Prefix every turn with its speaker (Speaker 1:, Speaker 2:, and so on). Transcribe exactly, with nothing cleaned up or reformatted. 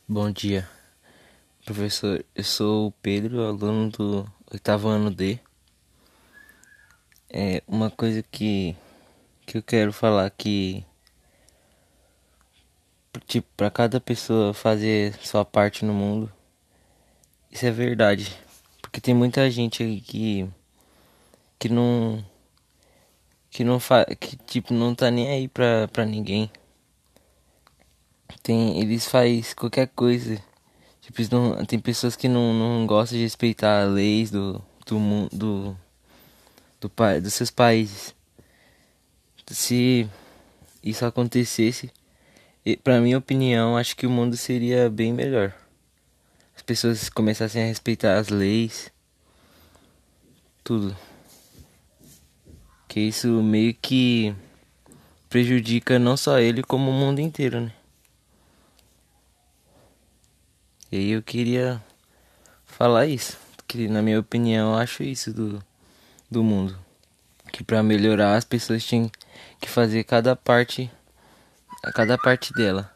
Speaker 1: Bom dia, professor. Eu sou o Pedro, aluno do oitavo ano D. É uma coisa que, que eu quero falar que, tipo, para cada pessoa fazer sua parte no mundo, isso é verdade. Porque tem muita gente aí que, que não, que não fa, que tipo não tá nem aí pra, pra ninguém. Tem, eles fazem qualquer coisa. Tipo, eles não, tem pessoas que não, não gostam de respeitar as leis do, do mundo, do, do, pa- dos seus países. Se isso acontecesse, e, pra minha opinião, acho que o mundo seria bem melhor. As pessoas começassem a respeitar as leis, tudo. Que isso meio que prejudica não só ele, como o mundo inteiro, né? E aí eu queria falar isso. Que na minha opinião, eu acho isso do, do mundo. Que pra melhorar as pessoas tinham que fazer cada parte, a cada parte dela.